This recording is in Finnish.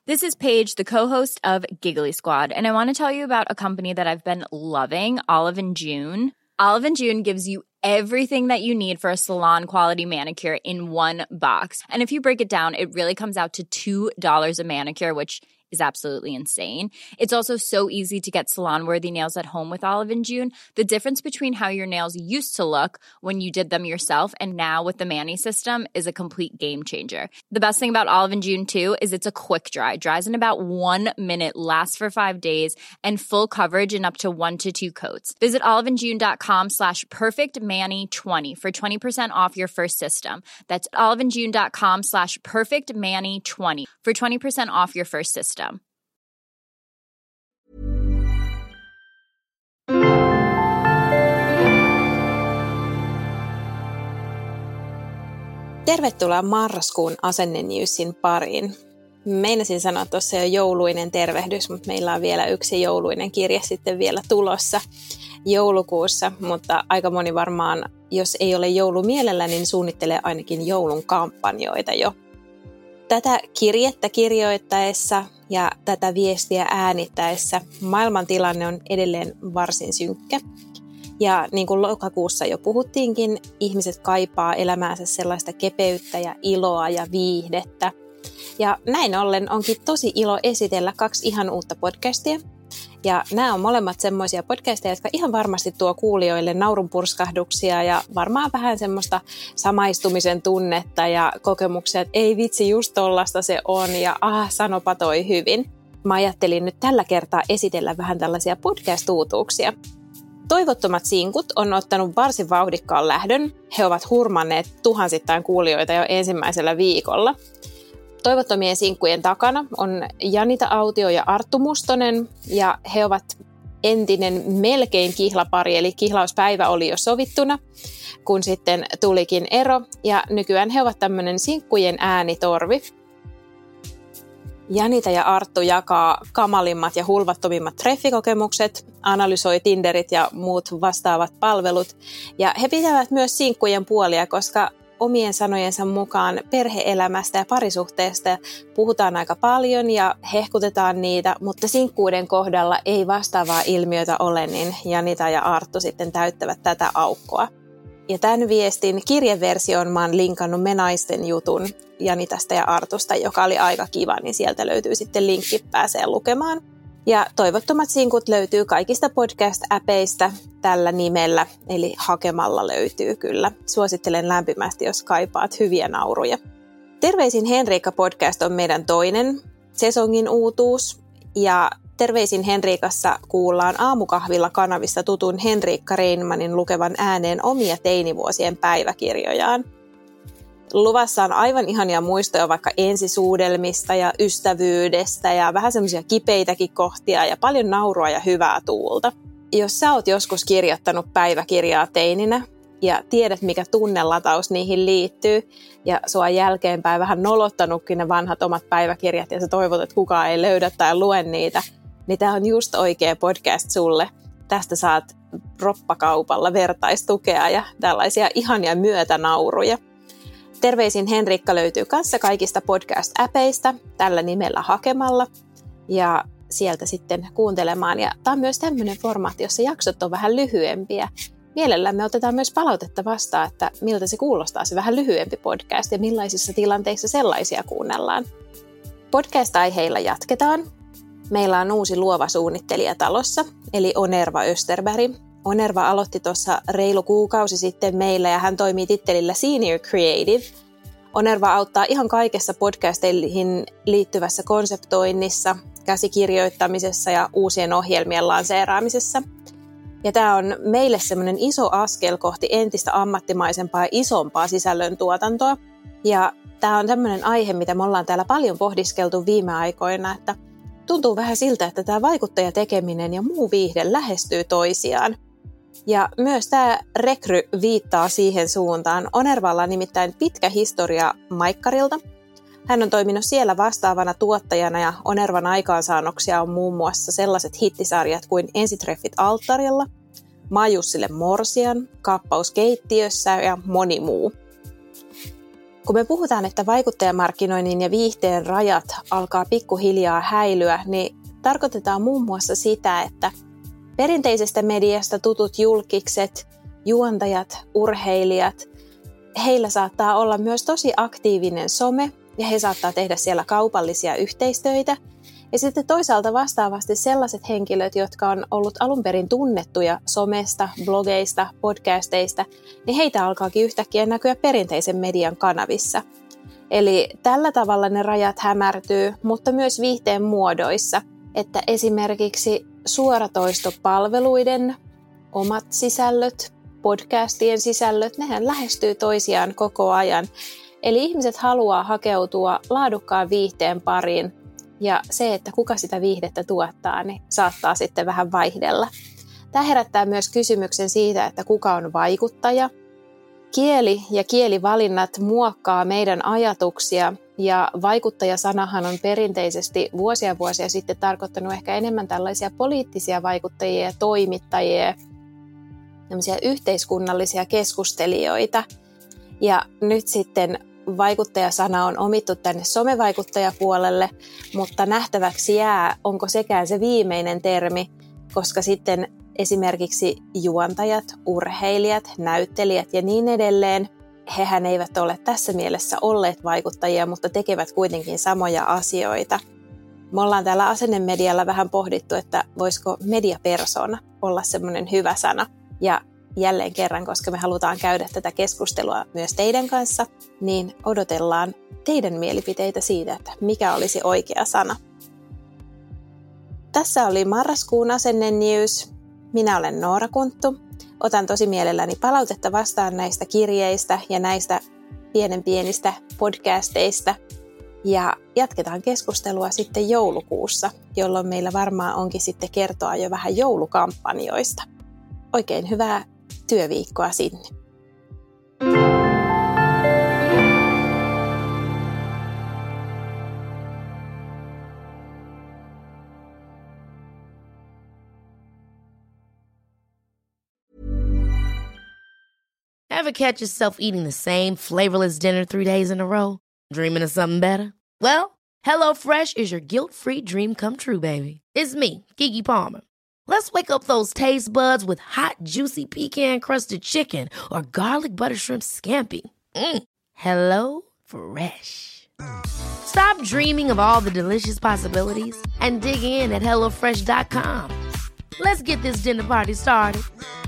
This is Paige, the co-host of Giggly Squad, and I want to tell you about a company that I've been loving, Olive & June. Olive & June gives you everything that you need for a salon-quality manicure in one box. And if you break it down, it really comes out to $2 a manicure, which is absolutely insane. It's also so easy to get salon-worthy nails at home with Olive & June. The difference between how your nails used to look when you did them yourself and now with the Mani system is a complete game changer. The best thing about Olive & June, too, is it's a quick dry. Dries in about 1 minute, lasts for 5 days, and full coverage in up to 1 to 2 coats. Visit oliveandjune.com/perfectmani20 for 20% off your first system. That's oliveandjune.com/perfectmani20 for 20% off your first system. Tervetuloa marraskuun asennenewsin pariin. Meinasin sanoa tuossa jo jouluinen tervehdys, mutta meillä on vielä yksi jouluinen kirje sitten vielä tulossa joulukuussa, mutta aika moni varmaan, jos ei ole joulumielellä, niin suunnittelee ainakin joulun kampanjoita jo. Tätä kirjettä kirjoittaessa ja tätä viestiä äänittäessä maailmantilanne on edelleen varsin synkkä. Ja niin kuin lokakuussa jo puhuttiinkin, ihmiset kaipaa elämäänsä sellaista kepeyttä ja iloa ja viihdettä. Ja näin ollen onkin tosi ilo esitellä 2 ihan uutta podcastia. Ja nämä on molemmat semmoisia podcasteja, jotka ihan varmasti tuo kuulijoille naurunpurskahduksia ja varmaan vähän semmoista samaistumisen tunnetta ja kokemuksia, että ei vitsi, just tollasta se on ja sanopa toi hyvin. Mä ajattelin nyt tällä kertaa esitellä vähän tällaisia podcast-uutuuksia. Toivottomat sinkut on ottanut varsin vauhdikkaan lähdön. He ovat hurmanneet tuhansittain kuulijoita jo ensimmäisellä viikolla. Toivottomien sinkkujen takana on Janita Autio ja Arttu Mustonen, ja he ovat entinen melkein kihlapari, eli kihlauspäivä oli jo sovittuna, kun sitten tulikin ero, ja nykyään he ovat tämmöinen sinkkujen äänitorvi. Janita ja Arttu jakaa kamalimmat ja hulvattomimmat treffikokemukset, analysoi Tinderit ja muut vastaavat palvelut, ja he pitävät myös sinkkujen puolia, koska omien sanojensa mukaan perhe-elämästä ja parisuhteesta puhutaan aika paljon ja hehkutetaan niitä, mutta sinkkuuden kohdalla ei vastaavaa ilmiötä ole, niin Janita ja Arttu sitten täyttävät tätä aukkoa. Ja tämän viestin kirjeversioon mä oon linkannut Me naisten jutun Janitasta ja Artusta, joka oli aika kiva, niin sieltä löytyy sitten linkki, pääsee lukemaan. Ja toivottomat sinkut löytyy kaikista podcast-äpeistä tällä nimellä, eli hakemalla löytyy kyllä. Suosittelen lämpimästi, jos kaipaat hyviä nauruja. Terveisin Henriikka podcast on meidän toinen sesongin uutuus. Ja Terveisin Henriikassa kuullaan Aamukahvilla kanavista tutun Henriikka Reinmanin lukevan ääneen omia teinivuosien päiväkirjojaan. Luvassa on aivan ihania muistoja vaikka ensisuudelmista ja ystävyydestä ja vähän semmoisia kipeitäkin kohtia ja paljon naurua ja hyvää tuulta. Jos sä oot joskus kirjoittanut päiväkirjaa teininä ja tiedät mikä tunnelataus niihin liittyy ja sua jälkeenpäin vähän nolottanutkin ne vanhat omat päiväkirjat ja sä toivot, että kukaan ei löydä tai lue niitä, niin tää on just oikea podcast sulle. Tästä saat roppakaupalla vertaistukea ja tällaisia ihania myötänauruja. Terveisin Henriikka löytyy kanssa kaikista podcast-äpeistä tällä nimellä hakemalla ja sieltä sitten kuuntelemaan. Ja tämä on myös tämmöinen formaatti, jossa jaksot on vähän lyhyempiä. Mielellämme otetaan myös palautetta vastaan, että miltä se kuulostaa se vähän lyhyempi podcast ja millaisissa tilanteissa sellaisia kuunnellaan. Podcast-aiheilla jatketaan. Meillä on uusi luova suunnittelija talossa, eli Onerva Österberg. Onerva aloitti tuossa reilu kuukausi sitten meillä ja hän toimii tittelillä Senior Creative. Onerva auttaa ihan kaikessa podcasteihin liittyvässä konseptoinnissa, käsikirjoittamisessa ja uusien ohjelmien lanseeraamisessa. Ja tämä on meille semmoinen iso askel kohti entistä ammattimaisempaa ja isompaa sisällöntuotantoa. Ja tämä on tämmöinen aihe, mitä me ollaan täällä paljon pohdiskeltu viime aikoina, että tuntuu vähän siltä, että tämä vaikuttajatekeminen ja muu viihde lähestyy toisiaan. Ja myös tämä rekry viittaa siihen suuntaan. Onervalla on nimittäin pitkä historia Maikkarilta. Hän on toiminut siellä vastaavana tuottajana ja Onervan aikaansaannoksia on muun muassa sellaiset hittisarjat kuin Ensitreffit alttarilla, Majussille morsian, Kaappaus keittiössä ja moni muu. Kun me puhutaan, että vaikuttajamarkkinoinnin ja viihteen rajat alkaa pikkuhiljaa häilyä, niin tarkoitetaan muun muassa sitä, että perinteisestä mediasta tutut julkikset, juontajat, urheilijat, heillä saattaa olla myös tosi aktiivinen some ja he saattaa tehdä siellä kaupallisia yhteistöitä. Ja sitten toisaalta vastaavasti sellaiset henkilöt, jotka on ollut alun perin tunnettuja somesta, blogeista, podcasteista, niin heitä alkaakin yhtäkkiä näkyä perinteisen median kanavissa. Eli tällä tavalla ne rajat hämärtyy, mutta myös viihteen muodoissa, että esimerkiksi suoratoistopalveluiden omat sisällöt, podcastien sisällöt, nehän lähestyy toisiaan koko ajan. Eli ihmiset haluaa hakeutua laadukkaan viihteen pariin ja se, että kuka sitä viihdettä tuottaa, niin saattaa sitten vähän vaihdella. Tämä herättää myös kysymyksen siitä, että kuka on vaikuttaja. Kieli ja kielivalinnat muokkaa meidän ajatuksia ja vaikuttajasanahan on perinteisesti vuosia sitten tarkoittanut ehkä enemmän tällaisia poliittisia vaikuttajia ja toimittajia, tämmöisiä yhteiskunnallisia keskustelijoita. Ja nyt sitten vaikuttajasana on omittu tänne somevaikuttajapuolelle, mutta nähtäväksi jää, onko sekään se viimeinen termi, koska sitten esimerkiksi juontajat, urheilijat, näyttelijät ja niin edelleen, hehän eivät ole tässä mielessä olleet vaikuttajia, mutta tekevät kuitenkin samoja asioita. Me ollaan täällä Asennemedialla vähän pohdittu, että voisiko mediapersona olla semmoinen hyvä sana. Ja jälleen kerran, koska me halutaan käydä tätä keskustelua myös teidän kanssa, niin odotellaan teidän mielipiteitä siitä, että mikä olisi oikea sana. Tässä oli marraskuun Asenne News. Minä olen Noora Kunttu. Otan tosi mielelläni palautetta vastaan näistä kirjeistä ja näistä pienistä podcasteista. Ja jatketaan keskustelua sitten joulukuussa, jolloin meillä varmaan onkin sitten kertoa jo vähän joulukampanjoista. Oikein hyvää työviikkoa sinne. Ever catch yourself eating the same flavorless dinner 3 days in a row? Dreaming of something better? Well, HelloFresh is your guilt-free dream come true, baby. It's me, Keke Palmer. Let's wake up those taste buds with hot, juicy pecan-crusted chicken or garlic butter shrimp scampi. Hello Fresh. Stop dreaming of all the delicious possibilities and dig in at HelloFresh.com. Let's get this dinner party started.